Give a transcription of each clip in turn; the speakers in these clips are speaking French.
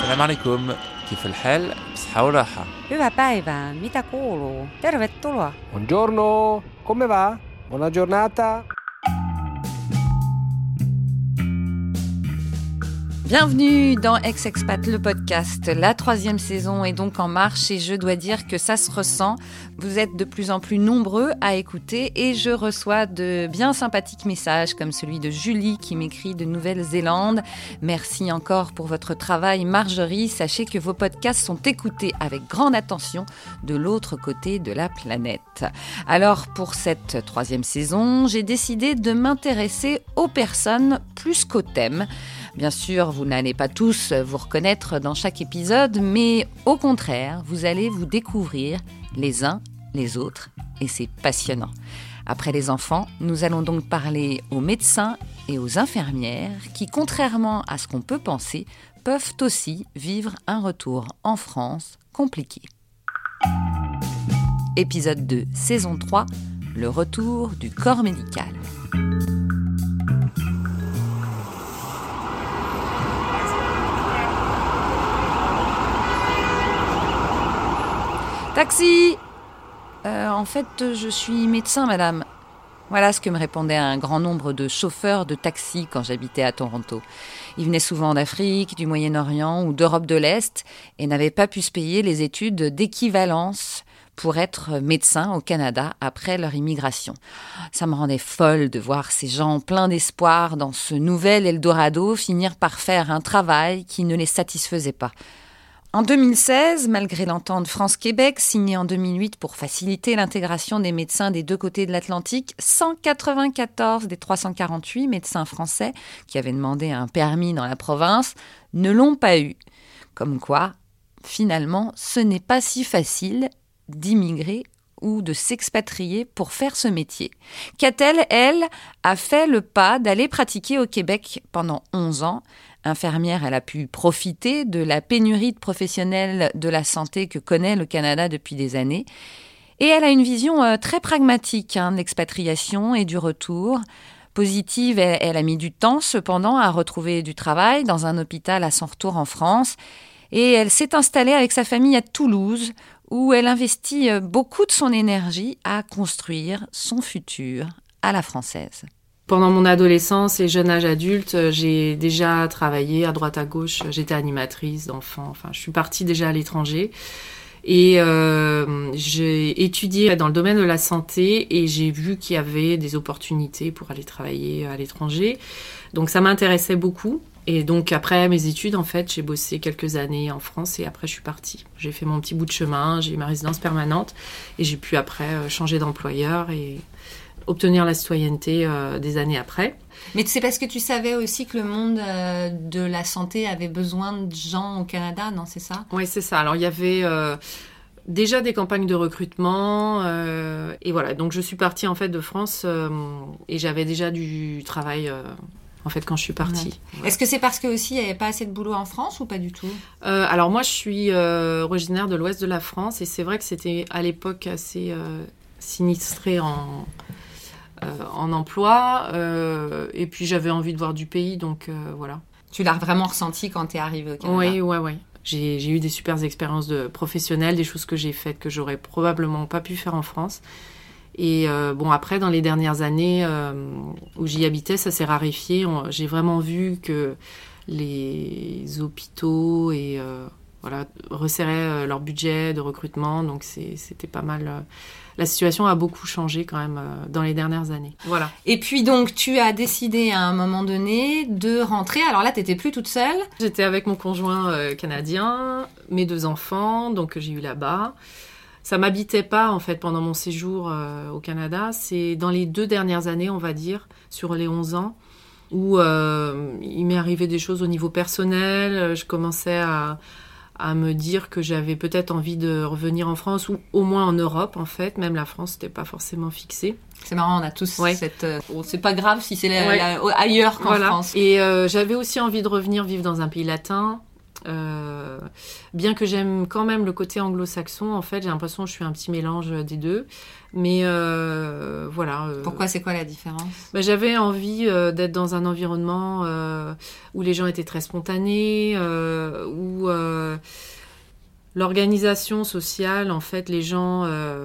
السلام عليكم كيف الحال؟ بصحة وراحة. Hyvää päivää, mitä kuuluu? Tervetuloa. Buongiorno, come va? Buona giornata. Bienvenue dans Ex-Expat, le podcast. La 3e saison est donc en marche et je dois dire que ça se ressent. Vous êtes de plus en plus nombreux à écouter et je reçois de bien sympathiques messages comme celui de Julie qui m'écrit de Nouvelle-Zélande. Merci encore pour votre travail, Marjorie. Sachez que vos podcasts sont écoutés avec grande attention de l'autre côté de la planète. Alors pour cette 3e saison, j'ai décidé de m'intéresser aux personnes plus qu'aux thèmes. Bien sûr, vous n'allez pas tous vous reconnaître dans chaque épisode, mais au contraire, vous allez vous découvrir les uns les autres et c'est passionnant. Après les enfants, nous allons donc parler aux médecins et aux infirmières qui, contrairement à ce qu'on peut penser, peuvent aussi vivre un retour en France compliqué. Épisode 2, saison 3, le retour du corps médical. Taxi ! En fait, je suis médecin, madame. Voilà ce que me répondaient un grand nombre de chauffeurs de taxi quand j'habitais à Toronto. Ils venaient souvent d'Afrique, du Moyen-Orient ou d'Europe de l'Est et n'avaient pas pu se payer les études d'équivalence pour être médecin au Canada après leur immigration. Ça me rendait folle de voir ces gens pleins d'espoir dans ce nouvel Eldorado finir par faire un travail qui ne les satisfaisait pas. En 2016, malgré l'entente France-Québec signée en 2008 pour faciliter l'intégration des médecins des deux côtés de l'Atlantique, 194 des 348 médecins français qui avaient demandé un permis dans la province ne l'ont pas eu. Comme quoi, finalement, ce n'est pas si facile d'immigrer ou de s'expatrier pour faire ce métier. Catel, elle, a fait le pas d'aller pratiquer au Québec pendant 11 ans. Infirmière, elle a pu profiter de la pénurie de professionnels de la santé que connaît le Canada depuis des années. Et elle a une vision très pragmatique de l'expatriation et du retour. Positive, elle a mis du temps cependant à retrouver du travail dans un hôpital à son retour en France. Et elle s'est installée avec sa famille à Toulouse, où elle investit beaucoup de son énergie à construire son futur à la française. Pendant mon adolescence et jeune âge adulte, j'ai déjà travaillé à droite à gauche. J'étais animatrice d'enfants. Enfin, je suis partie déjà à l'étranger. Et j'ai étudié dans le domaine de la santé et j'ai vu qu'il y avait des opportunités pour aller travailler à l'étranger. Donc ça m'intéressait beaucoup. Et donc après mes études, en fait, j'ai bossé quelques années en France et après je suis partie. J'ai fait mon petit bout de chemin, j'ai eu ma résidence permanente et j'ai pu après changer d'employeur et obtenir la citoyenneté des années après. Mais c'est parce que tu savais aussi que le monde de la santé avait besoin de gens au Canada, non, c'est ça ? Oui, c'est ça. Alors, il y avait déjà des campagnes de recrutement et voilà. Donc, je suis partie en fait de France et j'avais déjà du travail en fait quand je suis partie. Ouais. Est-ce que c'est parce que aussi il n'y avait pas assez de boulot en France ou pas du tout ? Alors, moi, je suis originaire de l'ouest de la France et c'est vrai que c'était à l'époque assez sinistré en emploi et puis j'avais envie de voir du pays donc voilà. Tu l'as vraiment ressenti quand t'es arrivée au Canada ? Oui. J'ai eu des super expériences professionnelles, des choses que j'ai faites que j'aurais probablement pas pu faire en France et bon après dans les dernières années où j'y habitais ça s'est raréfié, j'ai vraiment vu que les hôpitaux et voilà, resserraient leur budget de recrutement donc c'était pas mal. La situation a beaucoup changé quand même dans les dernières années. Voilà. Et puis donc, tu as décidé à un moment donné de rentrer. Alors là, tu n'étais plus toute seule. J'étais avec mon conjoint canadien, mes 2 enfants, donc que j'ai eu là-bas. Ça ne m'habitait pas en fait pendant mon séjour au Canada. C'est dans les 2 dernières années, on va dire, sur les 11 ans, où il m'est arrivé des choses au niveau personnel. Je commençais à me dire que j'avais peut-être envie de revenir en France ou au moins en Europe en fait. Même la France n'était pas forcément fixée. C'est marrant, on a tous cette... c'est pas grave si c'est ailleurs qu'en France. Et j'avais aussi envie de revenir vivre dans un pays latin, Bien que j'aime quand même le côté anglo-saxon, en fait, j'ai l'impression que je suis un petit mélange des deux. Mais voilà. Pourquoi, c'est quoi la différence ? J'avais envie d'être dans un environnement où les gens étaient très spontanés, où l'organisation sociale, en fait, les gens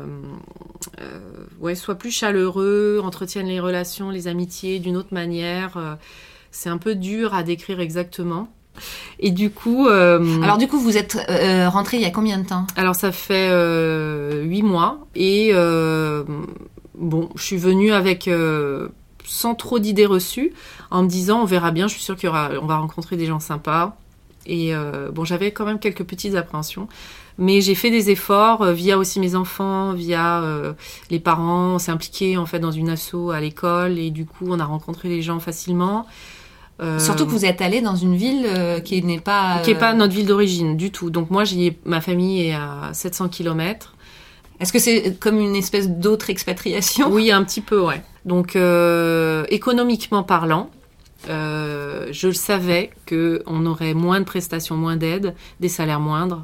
soient plus chaleureux, entretiennent les relations, les amitiés d'une autre manière. C'est un peu dur à décrire exactement. Et du coup... Alors du coup, vous êtes rentrée il y a combien de temps ? Alors ça fait 8 mois. Et je suis venue avec... sans trop d'idées reçues, en me disant, on verra bien, je suis sûre on va rencontrer des gens sympas. Et j'avais quand même quelques petites appréhensions. Mais j'ai fait des efforts via aussi mes enfants, via les parents. On s'est impliqués en fait dans une asso à l'école. Et du coup, on a rencontré les gens facilement. Surtout que vous êtes allée dans une ville qui n'est pas... Qui n'est pas notre ville d'origine du tout. Donc moi, ma famille est à 700 km. Est-ce que c'est comme une espèce d'autre expatriation ? Oui, un petit peu, ouais. Donc économiquement parlant, je le savais qu'on aurait moins de prestations, moins d'aides, des salaires moindres.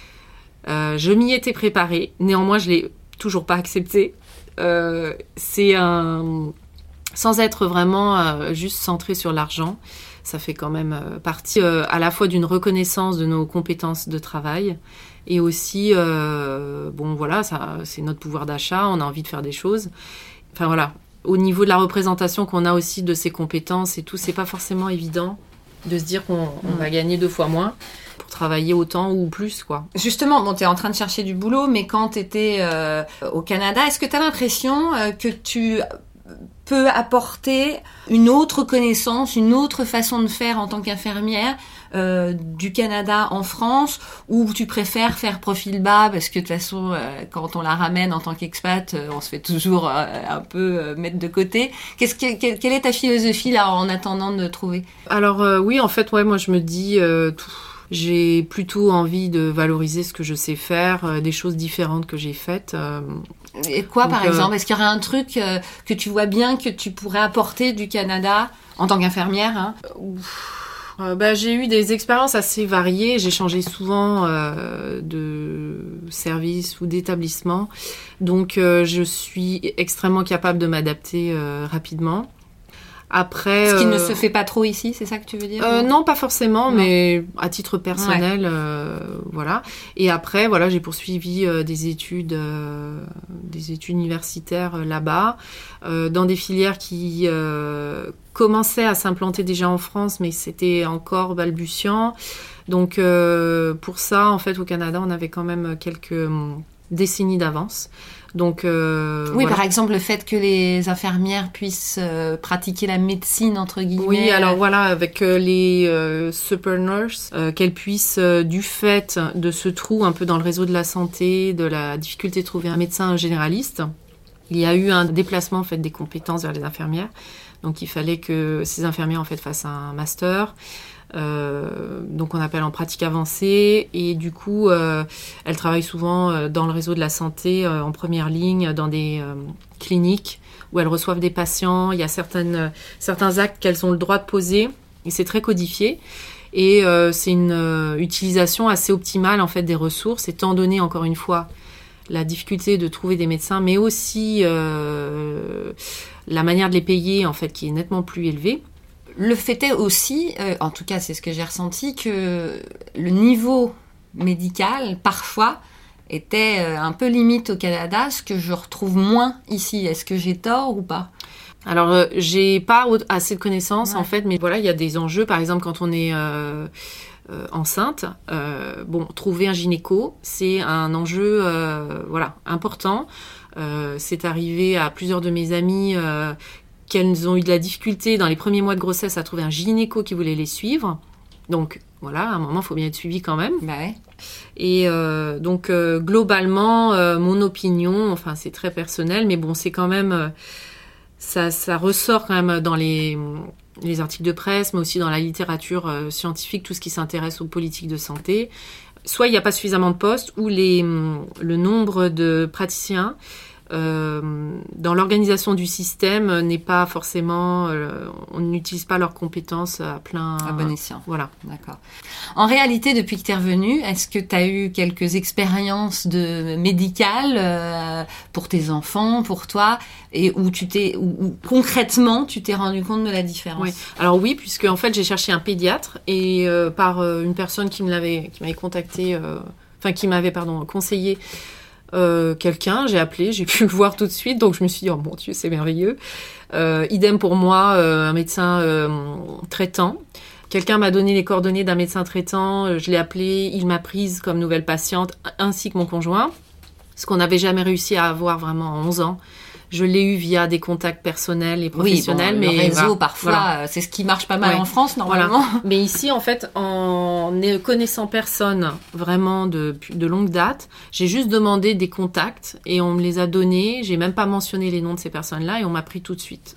Je m'y étais préparée. Néanmoins, je ne l'ai toujours pas accepté. C'est sans être vraiment juste centré sur l'argent, ça fait quand même partie à la fois d'une reconnaissance de nos compétences de travail et aussi, ça, c'est notre pouvoir d'achat, on a envie de faire des choses. Enfin voilà, au niveau de la représentation qu'on a aussi de ces compétences et tout, c'est pas forcément évident de se dire qu'on va gagner 2 fois moins pour travailler autant ou plus, quoi. Justement, t'es en train de chercher du boulot, mais quand t'étais au Canada, est-ce que t'as l'impression que tu peut apporter une autre connaissance, une autre façon de faire en tant qu'infirmière du Canada en France, ou tu préfères faire profil bas parce que de toute façon quand on la ramène en tant qu'expat on se fait toujours un peu mettre de côté. Quelle est ta philosophie là en attendant de trouver ? Alors oui, en fait, moi je me dis j'ai plutôt envie de valoriser ce que je sais faire, des choses différentes que j'ai faites. Et quoi, par exemple ? Est-ce qu'il y aurait un truc que tu vois bien que tu pourrais apporter du Canada en tant qu'infirmière, hein ? J'ai eu des expériences assez variées. J'ai changé souvent de service ou d'établissement. Donc, je suis extrêmement capable de m'adapter rapidement. Après, ce qui ne se fait pas trop ici, c'est ça que tu veux dire ? Non, pas forcément, mais à titre personnel, voilà. Et après, voilà, j'ai poursuivi des études universitaires là-bas, dans des filières qui commençaient à s'implanter déjà en France, mais c'était encore balbutiant. Donc, pour ça, en fait, au Canada, on avait quand même quelques décennies d'avance. Donc, voilà. Par exemple, le fait que les infirmières puissent pratiquer la médecine, entre guillemets. Oui, alors voilà, avec les super nurses, qu'elles puissent, du fait de ce trou un peu dans le réseau de la santé, de la difficulté de trouver un médecin généraliste, il y a eu un déplacement en fait, des compétences vers les infirmières. Donc, il fallait que ces infirmières en fait, fassent un master. Donc on appelle en pratique avancée, et du coup elles travaillent souvent dans le réseau de la santé, en première ligne dans des cliniques où elles reçoivent des patients. Il y a certains actes qu'elles ont le droit de poser et c'est très codifié, et c'est une utilisation assez optimale en fait des ressources, étant donné encore une fois la difficulté de trouver des médecins, mais aussi la manière de les payer en fait qui est nettement plus élevée. Le fait est aussi, en tout cas c'est ce que j'ai ressenti, que le niveau médical, parfois, était un peu limite au Canada, ce que je retrouve moins ici. Est-ce que j'ai tort ou pas ? Alors, j'ai pas assez de connaissances, en fait, mais voilà, il y a des enjeux. Par exemple, quand on est enceinte, trouver un gynéco, c'est un enjeu important. C'est arrivé à plusieurs de mes amies qu'elles ont eu de la difficulté dans les premiers mois de grossesse à trouver un gynéco qui voulait les suivre. Donc, voilà, à un moment, il faut bien être suivi quand même. Bah ouais. Et globalement, mon opinion, enfin, c'est très personnel, mais bon, c'est quand même... ça ressort quand même dans les articles de presse, mais aussi dans la littérature scientifique, tout ce qui s'intéresse aux politiques de santé. Soit il n'y a pas suffisamment de postes, ou le nombre de praticiens dans l'organisation du système n'est pas forcément... on n'utilise pas leurs compétences à plein... À bon escient. Voilà. D'accord. En réalité, depuis que tu es revenue, est-ce que tu as eu quelques expériences médicales pour tes enfants, pour toi, et où concrètement, tu t'es rendu compte de la différence? Oui. Alors oui, puisque en fait, j'ai cherché un pédiatre et par une personne qui m'avait contacté, qui m'avait conseillé quelqu'un, j'ai appelé, j'ai pu le voir tout de suite, donc je me suis dit, oh mon Dieu, c'est merveilleux. Idem pour moi, un médecin traitant. Quelqu'un m'a donné les coordonnées d'un médecin traitant, je l'ai appelé, il m'a prise comme nouvelle patiente, ainsi que mon conjoint, ce qu'on n'avait jamais réussi à avoir vraiment en 11 ans. Je l'ai eu via des contacts personnels et professionnels. Oui, bon, mais le réseau, voilà, parfois, voilà. C'est ce qui marche pas mal en France, normalement. Voilà. Mais ici, en fait, en ne connaissant personne vraiment de longue date, j'ai juste demandé des contacts et on me les a donnés. J'ai même pas mentionné les noms de ces personnes-là et on m'a pris tout de suite.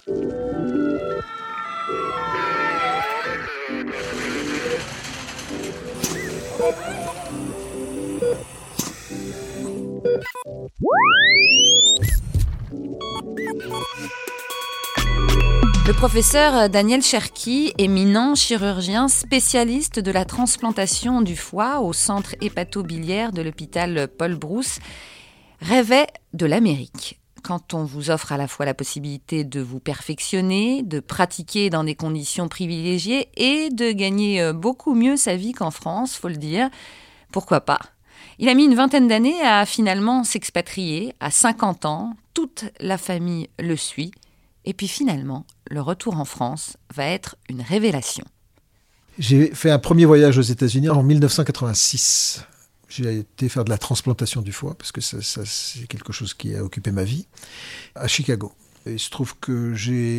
Le professeur Daniel Cherki, éminent chirurgien spécialiste de la transplantation du foie au centre hépato-biliaire de l'hôpital Paul Brousse, rêvait de l'Amérique. Quand on vous offre à la fois la possibilité de vous perfectionner, de pratiquer dans des conditions privilégiées et de gagner beaucoup mieux sa vie qu'en France, faut le dire, pourquoi pas ? Il a mis une vingtaine d'années à finalement s'expatrier. À 50 ans, toute la famille le suit. Et puis finalement, le retour en France va être une révélation. J'ai fait un premier voyage aux États-Unis en 1986. J'ai été faire de la transplantation du foie, parce que ça c'est quelque chose qui a occupé ma vie, à Chicago. Et il se trouve que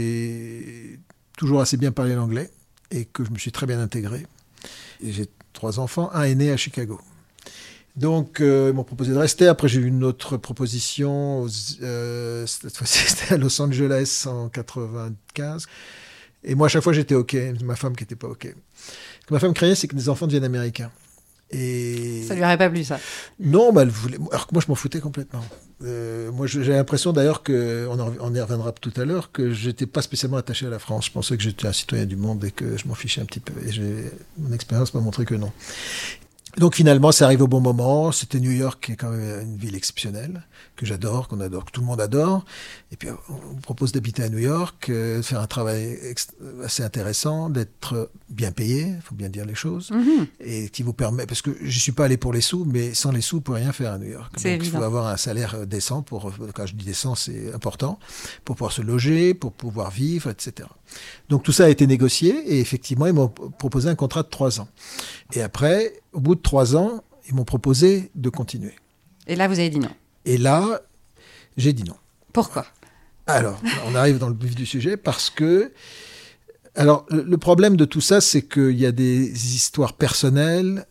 j'ai toujours assez bien parlé l'anglais et que je me suis très bien intégré. Et j'ai 3 enfants, un est né à Chicago. Donc, ils m'ont proposé de rester. Après, j'ai eu une autre proposition. Cette fois-ci, c'était à Los Angeles en 95. Et moi, à chaque fois, j'étais OK. Ma femme qui n'était pas OK. Ce que ma femme craignait, c'est que les enfants deviennent américains. Et... Ça lui aurait pas plu, ça? Non, elle voulait... alors que moi, je m'en foutais complètement. Moi, j'ai l'impression, d'ailleurs, on y reviendra tout à l'heure, que je n'étais pas spécialement attaché à la France. Je pensais que j'étais un citoyen du monde et que je m'en fichais un petit peu. Et mon expérience m'a montré que non. Donc finalement, ça arrive au bon moment. C'était New York, qui est quand même une ville exceptionnelle, que j'adore, qu'on adore, que tout le monde adore. Et puis on me propose d'habiter à New York, de faire un travail assez intéressant, d'être bien payé, il faut bien dire les choses, et qui vous permet, parce que je suis pas allé pour les sous, mais sans les sous, on peut rien faire à New York. C'est donc évident. il faut avoir un salaire décent quand je dis décent, c'est important, pour pouvoir se loger, pour pouvoir vivre, etc. Donc tout ça a été négocié, et effectivement, ils m'ont proposé un contrat de 3 ans. Et après, au bout de 3 ans, ils m'ont proposé de continuer. Et là, vous avez dit non. Et là, j'ai dit non. Pourquoi? Alors, on arrive dans le vif du sujet parce que... Alors, le problème de tout ça, c'est qu'il y a des histoires personnelles.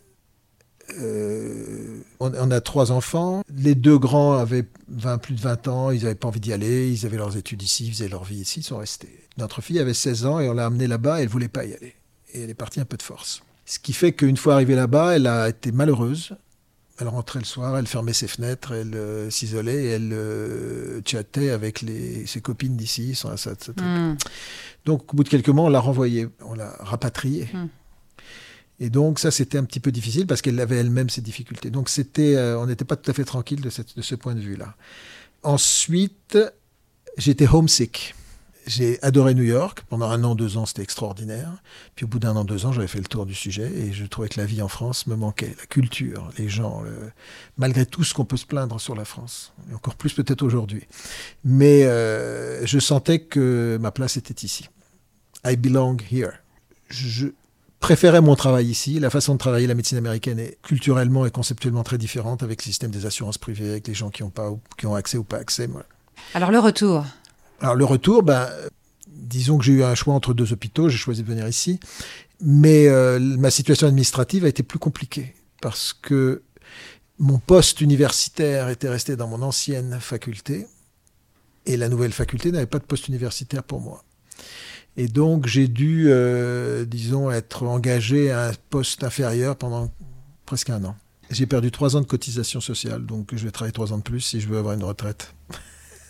On a 3 enfants. Les 2 grands avaient plus de 20 ans. Ils n'avaient pas envie d'y aller. Ils avaient leurs études ici. Ils faisaient leur vie ici. Ils sont restés. Notre fille avait 16 ans et on l'a amenée là-bas et elle ne voulait pas y aller. Et elle est partie un peu de force. Ce qui fait qu'une fois arrivée là-bas, elle a été malheureuse. Elle rentrait le soir, elle fermait ses fenêtres, elle s'isolait et elle chattait avec ses copines d'ici. Donc, au bout de quelques mois, on l'a renvoyée, on l'a rapatriée. Et donc, ça, c'était un petit peu difficile parce qu'elle avait elle-même ses difficultés. Donc, on n'était pas tout à fait tranquille de ce point de vue-là. Ensuite, j'étais homesick. J'ai adoré New York. Pendant 1 an, 2 ans, c'était extraordinaire. Puis au bout d'1 an, 2 ans, j'avais fait le tour du sujet et je trouvais que la vie en France me manquait. La culture, les gens, malgré tout ce qu'on peut se plaindre sur la France. Et encore plus peut-être aujourd'hui. Mais je sentais que ma place était ici. I belong here. Je préférais mon travail ici. La façon de travailler la médecine américaine est culturellement et conceptuellement très différente avec le système des assurances privées, avec les gens qui ont accès ou pas accès. Voilà. Alors, le retour? Alors le retour, disons que j'ai eu un choix entre 2 hôpitaux, j'ai choisi de venir ici, mais ma situation administrative a été plus compliquée parce que mon poste universitaire était resté dans mon ancienne faculté et la nouvelle faculté n'avait pas de poste universitaire pour moi. Et donc j'ai dû, être engagé à un poste inférieur pendant presque 1 an. J'ai perdu 3 ans de cotisation sociale, donc je vais travailler 3 ans de plus si je veux avoir une retraite.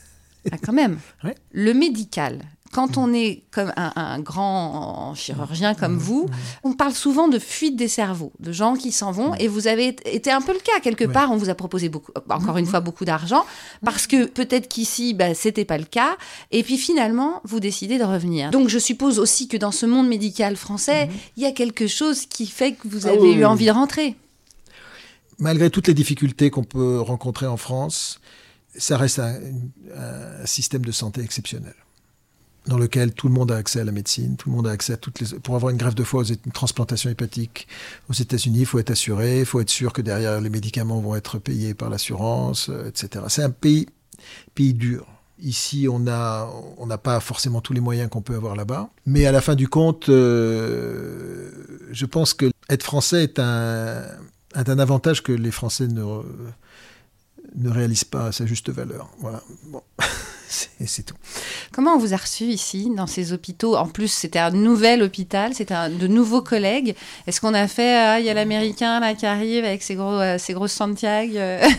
Ah, quand même. Ouais. Le médical. Quand on est comme un grand chirurgien comme vous, on parle souvent de fuite des cerveaux, de gens qui s'en vont. Et vous avez été un peu le cas. Quelque part, on vous a proposé encore une fois beaucoup d'argent parce que peut-être qu'ici, c'était pas le cas. Et puis finalement, vous décidez de revenir. Donc je suppose aussi que dans ce monde médical français, il y a quelque chose qui fait que vous avez eu envie de rentrer. Malgré toutes les difficultés qu'on peut rencontrer en France, ça reste un système de santé exceptionnel, dans lequel tout le monde a accès à la médecine, tout le monde a accès à Pour avoir une greffe de foie, une transplantation hépatique aux États-Unis, il faut être assuré, il faut être sûr que derrière les médicaments vont être payés par l'assurance, etc. C'est un pays dur. Ici, on n'a pas forcément tous les moyens qu'on peut avoir là-bas. Mais à la fin du compte, je pense que être français est un avantage que les Français ne réalisent pas à sa juste valeur. Voilà. Bon. C'est tout. Comment on vous a reçu ici, dans ces hôpitaux ? En plus, c'était un nouvel hôpital, c'était de nouveaux collègues. Est-ce qu'on a fait, il y a l'Américain là qui arrive avec ses grosses Santiago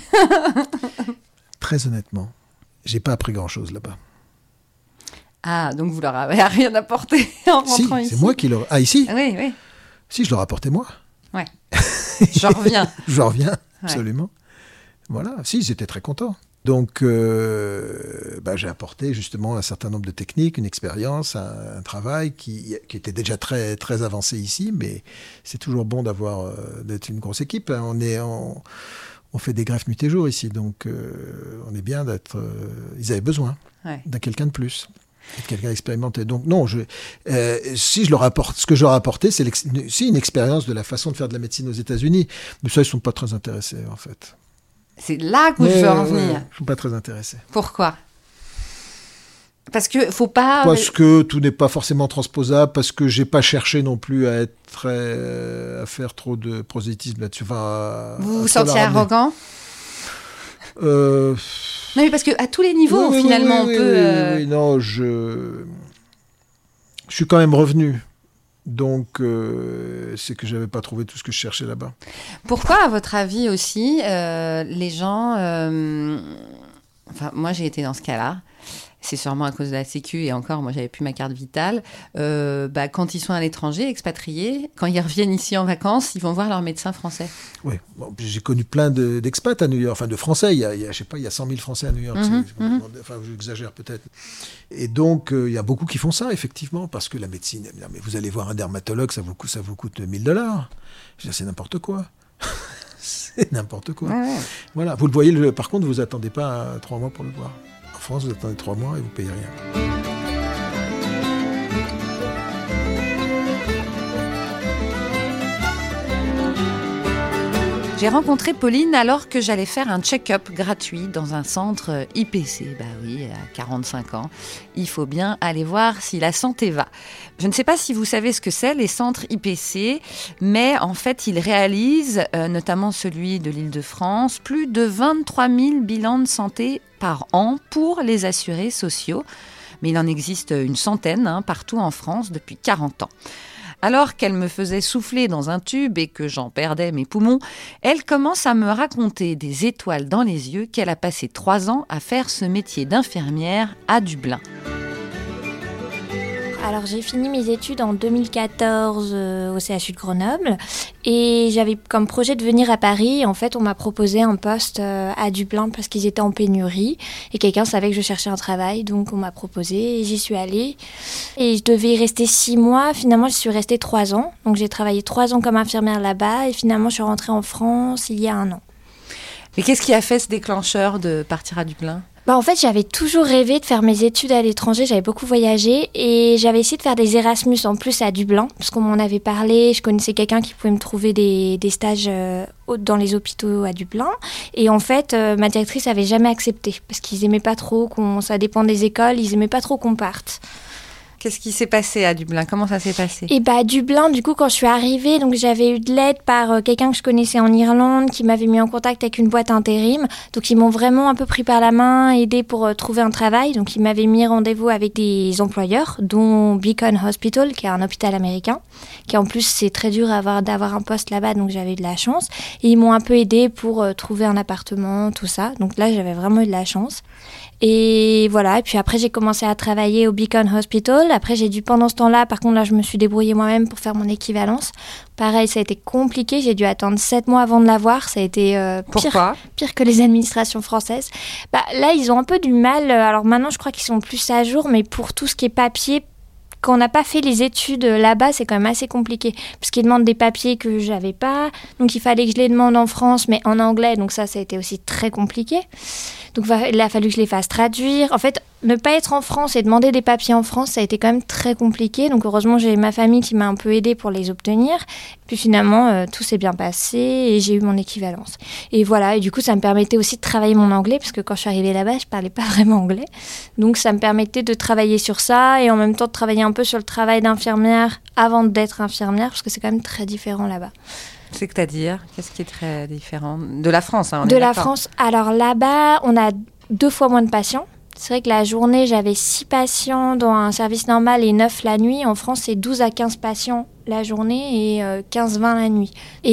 Très honnêtement, j'ai pas appris grand-chose là-bas. Ah, donc vous leur avez rien apporté en rentrant ici ? Si, c'est moi qui leur... Ah, ici ? Oui, oui. Si, je leur apportais moi. Ouais. J'en reviens. J'en reviens, absolument. Voilà, si, ils étaient très contents. Donc, j'ai apporté justement un certain nombre de techniques, une expérience, un travail qui était déjà très, très avancé ici, mais c'est toujours bon d'être une grosse équipe. On fait des greffes nuit et jour ici, donc on est bien d'être... ils avaient besoin d'un quelqu'un de plus, de quelqu'un expérimenté. Donc non, si je leur apporte, ce que je leur ai apporté, c'est une expérience de la façon de faire de la médecine aux États-Unis, mais ça, ils ne sont pas très intéressés en fait. C'est là que je veux en venir. Je ne suis pas très intéressé. Pourquoi ? Parce que faut pas... Parce que tout n'est pas forcément transposable, parce que j'ai pas cherché non plus à faire trop de prosélytisme là-dessus. Enfin, vous vous sentiez arrogant ? Non, mais parce qu'à tous les niveaux, finalement, on peut... Oui, non, je suis quand même revenu. Donc, c'est que je n'avais pas trouvé tout ce que je cherchais là-bas. Pourquoi, à votre avis aussi, les gens... Enfin, moi, j'ai été dans ce cas-là. C'est sûrement à cause de la Sécu, et encore, moi, j'avais plus ma carte vitale. Quand ils sont à l'étranger, expatriés, quand ils reviennent ici en vacances, ils vont voir leur médecin français. Oui, bon, j'ai connu plein d'expats à New York, enfin de Français. Il y a 100 000 Français à New York. Enfin, j'exagère peut-être. Et donc, il y a beaucoup qui font ça, effectivement, parce que la médecine, mais vous allez voir un dermatologue, ça vous coûte $1 000. Je veux dire, c'est n'importe quoi. C'est n'importe quoi. Ouais. Voilà. Vous le voyez, par contre, vous attendez pas 3 mois pour le voir. En France, vous attendez 3 mois et vous payez rien. J'ai rencontré Pauline alors que j'allais faire un check-up gratuit dans un centre IPC. Bah oui, à 45 ans, il faut bien aller voir si la santé va. Je ne sais pas si vous savez ce que c'est, les centres IPC, mais en fait, ils réalisent, notamment celui de l'Île-de-France, plus de 23 000 bilans de santé par an pour les assurés sociaux. Mais il en existe une centaine partout en France depuis 40 ans. Alors qu'elle me faisait souffler dans un tube et que j'en perdais mes poumons, elle commence à me raconter des étoiles dans les yeux qu'elle a passé 3 ans à faire ce métier d'infirmière à Dublin. Alors j'ai fini mes études en 2014 au CHU de Grenoble et j'avais comme projet de venir à Paris. En fait, on m'a proposé un poste à Dublin parce qu'ils étaient en pénurie et quelqu'un savait que je cherchais un travail, donc on m'a proposé et j'y suis allée. Et je devais y rester 6 mois, finalement je suis restée 3 ans. Donc j'ai travaillé 3 ans comme infirmière là-bas et finalement je suis rentrée en France il y a 1 an. Mais qu'est-ce qui a fait ce déclencheur de partir à Dublin ? En fait, j'avais toujours rêvé de faire mes études à l'étranger, j'avais beaucoup voyagé et j'avais essayé de faire des Erasmus en plus à Dublin, parce qu'on m'en avait parlé, je connaissais quelqu'un qui pouvait me trouver des stages dans les hôpitaux à Dublin. Et en fait, ma directrice avait jamais accepté, parce qu'ils aimaient pas trop, ça dépend des écoles, ils aimaient pas trop qu'on parte. Qu'est-ce qui s'est passé à Dublin ? Comment ça s'est passé ? Et à Dublin, du coup, quand je suis arrivée, donc j'avais eu de l'aide par quelqu'un que je connaissais en Irlande, qui m'avait mis en contact avec une boîte intérim. Donc ils m'ont vraiment un peu pris par la main, aidé pour trouver un travail. Donc ils m'avaient mis rendez-vous avec des employeurs, dont Beacon Hospital, qui est un hôpital américain, qui en plus c'est très dur d'avoir un poste là-bas, donc j'avais eu de la chance. Et ils m'ont un peu aidé pour trouver un appartement, tout ça. Donc là, j'avais vraiment eu de la chance. Et voilà, et puis après j'ai commencé à travailler au Beacon Hospital. Après j'ai dû, pendant ce temps-là, par contre là je me suis débrouillée moi-même pour faire mon équivalence. Pareil, ça a été compliqué, j'ai dû attendre 7 mois avant de l'avoir. Ça a été pire que les administrations françaises. Là ils ont un peu du mal, alors maintenant je crois qu'ils sont plus à jour, mais pour tout ce qui est papier, quand on n'a pas fait les études là-bas, c'est quand même assez compliqué. Parce qu'ils demandent des papiers que je n'avais pas. Donc, il fallait que je les demande en France, mais en anglais. Donc, ça a été aussi très compliqué. Donc, il a fallu que je les fasse traduire. En fait, ne pas être en France et demander des papiers en France, ça a été quand même très compliqué. Donc, heureusement, j'ai ma famille qui m'a un peu aidée pour les obtenir. Puis, finalement, tout s'est bien passé et j'ai eu mon équivalence. Et voilà. Et du coup, ça me permettait aussi de travailler mon anglais. Parce que quand je suis arrivée là-bas, je ne parlais pas vraiment anglais. Donc, ça me permettait de travailler sur ça et en même temps de travailler un peu sur le travail d'infirmière avant d'être infirmière. Parce que c'est quand même très différent là-bas. C'est-à-dire, qu'est-ce qui est très différent de la France, hein, de la France. Alors là-bas, on a 2 fois moins de patients. C'est vrai que la journée, j'avais 6 patients dans un service normal et 9 la nuit. En France, c'est 12 à 15 patients la journée et 15-20 la nuit.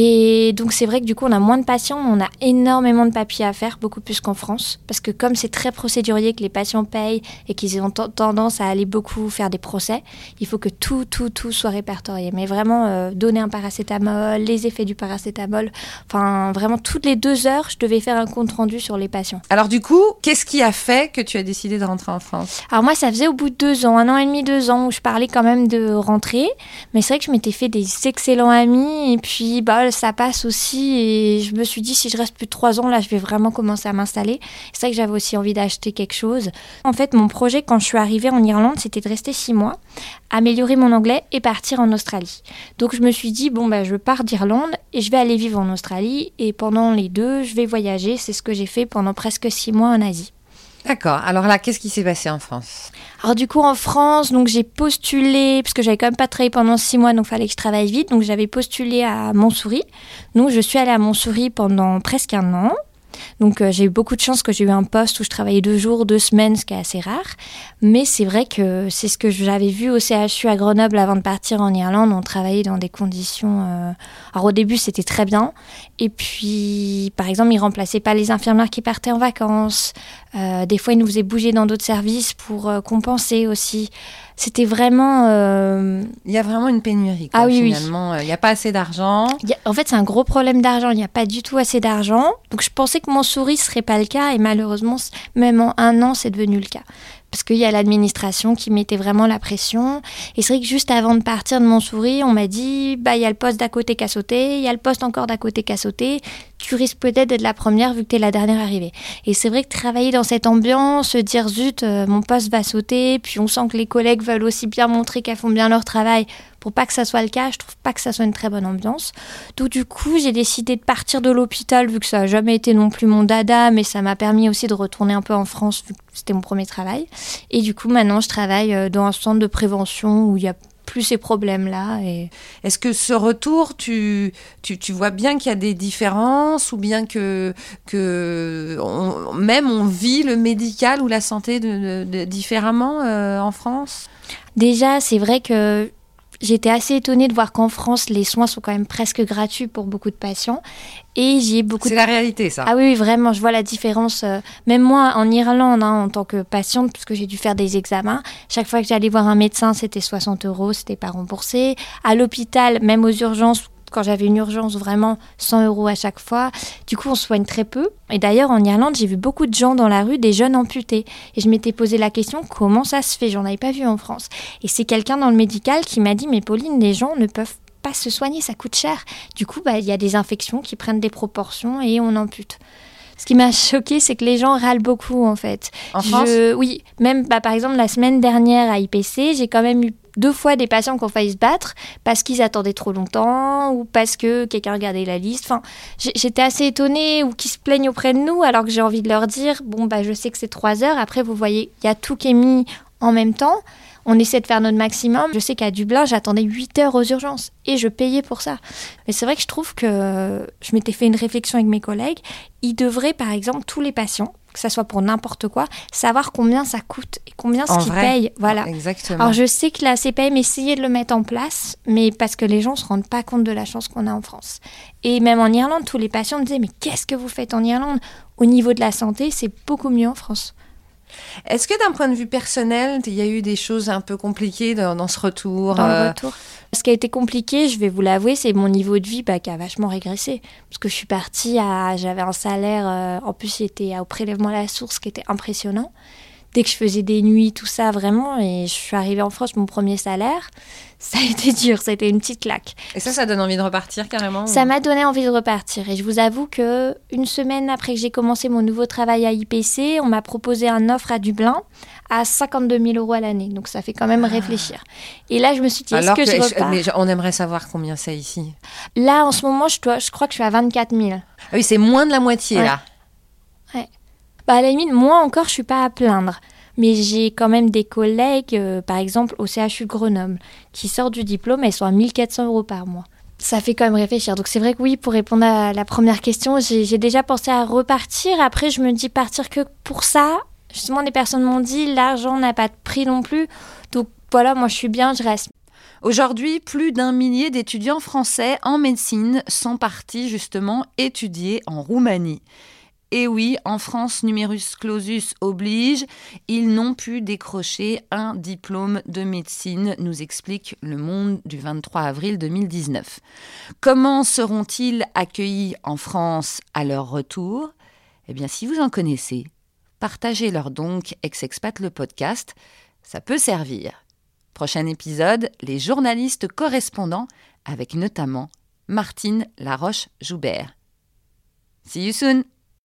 Et donc, c'est vrai que du coup, on a moins de patients, mais on a énormément de papiers à faire, beaucoup plus qu'en France. Parce que comme c'est très procédurier, que les patients payent et qu'ils ont tendance à aller beaucoup faire des procès, il faut que tout soit répertorié. Mais vraiment, donner un paracétamol, les effets du paracétamol, enfin, vraiment, toutes les 2 heures, je devais faire un compte-rendu sur les patients. Alors du coup, qu'est-ce qui a fait que tu as décidé de rentrer en France ? Alors moi, ça faisait au bout de 2 ans, 1 an et demi, 2 ans, où je parlais quand même de rentrer. Mais c'est vrai que je m'étais fait des excellents amis et puis ça passe aussi et je me suis dit si je reste plus de 3 ans là je vais vraiment commencer à m'installer. C'est vrai que j'avais aussi envie d'acheter quelque chose. En fait mon projet quand je suis arrivée en Irlande c'était de rester 6 mois, améliorer mon anglais et partir en Australie. Donc je me suis dit je pars d'Irlande et je vais aller vivre en Australie et pendant les 2 je vais voyager. C'est ce que j'ai fait pendant presque 6 mois en Asie. D'accord. Alors là, qu'est-ce qui s'est passé en France ? Alors du coup, en France, donc j'ai postulé, parce que j'avais quand même pas travaillé pendant 6 mois, donc il fallait que je travaille vite. Donc j'avais postulé à Montsouris. Donc je suis allée à Montsouris pendant presque 1 an. Donc j'ai eu beaucoup de chance que j'ai eu un poste où je travaillais 2 jours, 2 semaines, ce qui est assez rare. Mais c'est vrai que c'est ce que j'avais vu au CHU à Grenoble avant de partir en Irlande. On travaillait dans des conditions... Alors au début, c'était très bien. Et puis, par exemple, ils ne remplaçaient pas les infirmières qui partaient en vacances. Des fois, ils nous faisaient bouger dans d'autres services pour compenser aussi. C'était vraiment... Il y a vraiment une pénurie, quoi, finalement. Il n'y a pas assez d'argent. En fait, c'est un gros problème d'argent. Il n'y a pas du tout assez d'argent. Donc, je pensais que Montsouris ne serait pas le cas. Et malheureusement, même en 1 an, c'est devenu le cas. Parce qu'il y a l'administration qui mettait vraiment la pression. Et c'est vrai que juste avant de partir de Montsouris, on m'a dit il y a le poste d'à côté qu'à sauter, il y a le poste encore d'à côté qu'à sauter. Tu risques peut-être d'être la première vu que tu es la dernière arrivée. Et c'est vrai que travailler dans cette ambiance, se dire zut, mon poste va sauter, puis on sent que les collègues veulent aussi bien montrer qu'elles font bien leur travail. Pour pas que ça soit le cas, je trouve pas que ça soit une très bonne ambiance. Donc du coup, j'ai décidé de partir de l'hôpital vu que ça n'a jamais été non plus mon dada, mais ça m'a permis aussi de retourner un peu en France vu que c'était mon premier travail. Et du coup, maintenant, je travaille dans un centre de prévention où il y a plus ces problèmes-là. Et... Est-ce que ce retour, tu vois bien qu'il y a des différences ou bien que on vit le médical ou la santé différemment en France ? Déjà, c'est vrai que j'étais assez étonnée de voir qu'en France, les soins sont quand même presque gratuits pour beaucoup de patients. Et j'y ai beaucoup... C'est la réalité, ça. Ah oui, vraiment, je vois la différence. Même moi, en Irlande, en tant que patiente, parce que j'ai dû faire des examens, chaque fois que j'allais voir un médecin, c'était 60 €, c'était pas remboursé. À l'hôpital, même aux urgences, quand j'avais une urgence, vraiment 100 € à chaque fois. Du coup, on soigne très peu. Et d'ailleurs, en Irlande, j'ai vu beaucoup de gens dans la rue, des jeunes amputés. Et je m'étais posé la question, comment ça se fait ? J'en avais pas vu en France. Et c'est quelqu'un dans le médical qui m'a dit, mais Pauline, les gens ne peuvent pas se soigner, ça coûte cher. Du coup, il y a des infections qui prennent des proportions et on ampute. Ce qui m'a choquée, c'est que les gens râlent beaucoup, en fait. En France ? Oui, même par exemple, la semaine dernière à IPC, j'ai quand même eu 2 fois des patients qui ont failli se battre parce qu'ils attendaient trop longtemps ou parce que quelqu'un regardait la liste. Enfin, j'étais assez étonnée ou qui se plaignent auprès de nous alors que j'ai envie de leur dire je sais que c'est 3 heures. Après, vous voyez, il y a tout qui est mis en même temps. On essaie de faire notre maximum. Je sais qu'à Dublin, j'attendais 8 heures aux urgences et je payais pour ça. Mais c'est vrai que je trouve que je m'étais fait une réflexion avec mes collègues. Ils devraient, par exemple, tous les patients, que ça soit pour n'importe quoi, savoir combien ça coûte et combien ce qu'ils payent. Voilà. Exactement. Alors je sais que la CPM essayait de le mettre en place, mais parce que les gens ne se rendent pas compte de la chance qu'on a en France. Et même en Irlande, tous les patients me disaient « Mais qu'est-ce que vous faites en Irlande ?» Au niveau de la santé, c'est beaucoup mieux en France. Est-ce que d'un point de vue personnel, il y a eu des choses un peu compliquées dans ce retour? Dans le retour. Ce qui a été compliqué, je vais vous l'avouer, c'est mon niveau de vie qui a vachement régressé. Parce que je suis partie j'avais un salaire, en plus j'étais au prélèvement à la source qui était impressionnant. Dès que je faisais des nuits, tout ça, vraiment, et je suis arrivée en France, mon premier salaire, ça a été dur, ça a été une petite claque. Et ça donne envie de repartir carrément? Ça m'a donné envie de repartir. Et je vous avoue que une semaine après que j'ai commencé mon nouveau travail à IPC, on m'a proposé une offre à Dublin à 52 000 € à l'année. Donc ça fait quand même réfléchir. Et là, je me suis dit, est-ce que je repars? Mais on aimerait savoir combien c'est ici. Là, en ce moment, je crois que je suis à 24 000. Ah oui, c'est moins de la moitié, ouais. là. Ouais. À la limite, moi encore, je suis pas à plaindre. Mais j'ai quand même des collègues, par exemple au CHU de Grenoble, qui sortent du diplôme, elles sont à 1 400 € par mois. Ça fait quand même réfléchir. Donc c'est vrai que oui, pour répondre à la première question, j'ai déjà pensé à repartir. Après, je me dis partir que pour ça. Justement, des personnes m'ont dit, l'argent n'a pas de prix non plus. Donc voilà, moi je suis bien, je reste. Aujourd'hui, plus d'1 millier d'étudiants français en médecine sont partis justement étudier en Roumanie. Et oui, en France, numerus clausus oblige, ils n'ont pu décrocher un diplôme de médecine, nous explique Le Monde du 23 avril 2019. Comment seront-ils accueillis en France à leur retour? Eh bien, si vous en connaissez, partagez-leur donc Ex-Expat le podcast, ça peut servir. Prochain épisode, les journalistes correspondants, avec notamment Martine Laroche-Joubert. See you soon!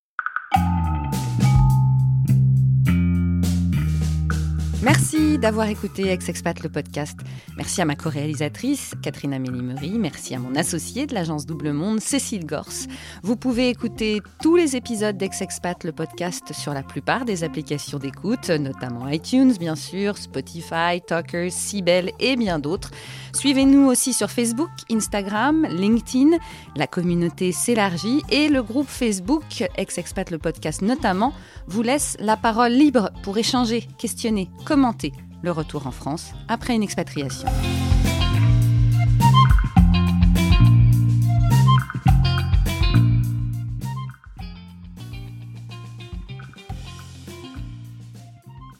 Merci d'avoir écouté Ex-Expat le podcast. Merci à ma co-réalisatrice, Catherine Amélie-Meury. Merci à mon associée de l'agence Double Monde, Cécile Gorce. Vous pouvez écouter tous les épisodes d'Ex-Expat le podcast sur la plupart des applications d'écoute, notamment iTunes, bien sûr, Spotify, Talkers, Sibel et bien d'autres. Suivez-nous aussi sur Facebook, Instagram, LinkedIn. La communauté s'élargit et le groupe Facebook, Ex-Expat le podcast notamment, vous laisse la parole libre pour échanger, questionner, commenter le retour en France après une expatriation.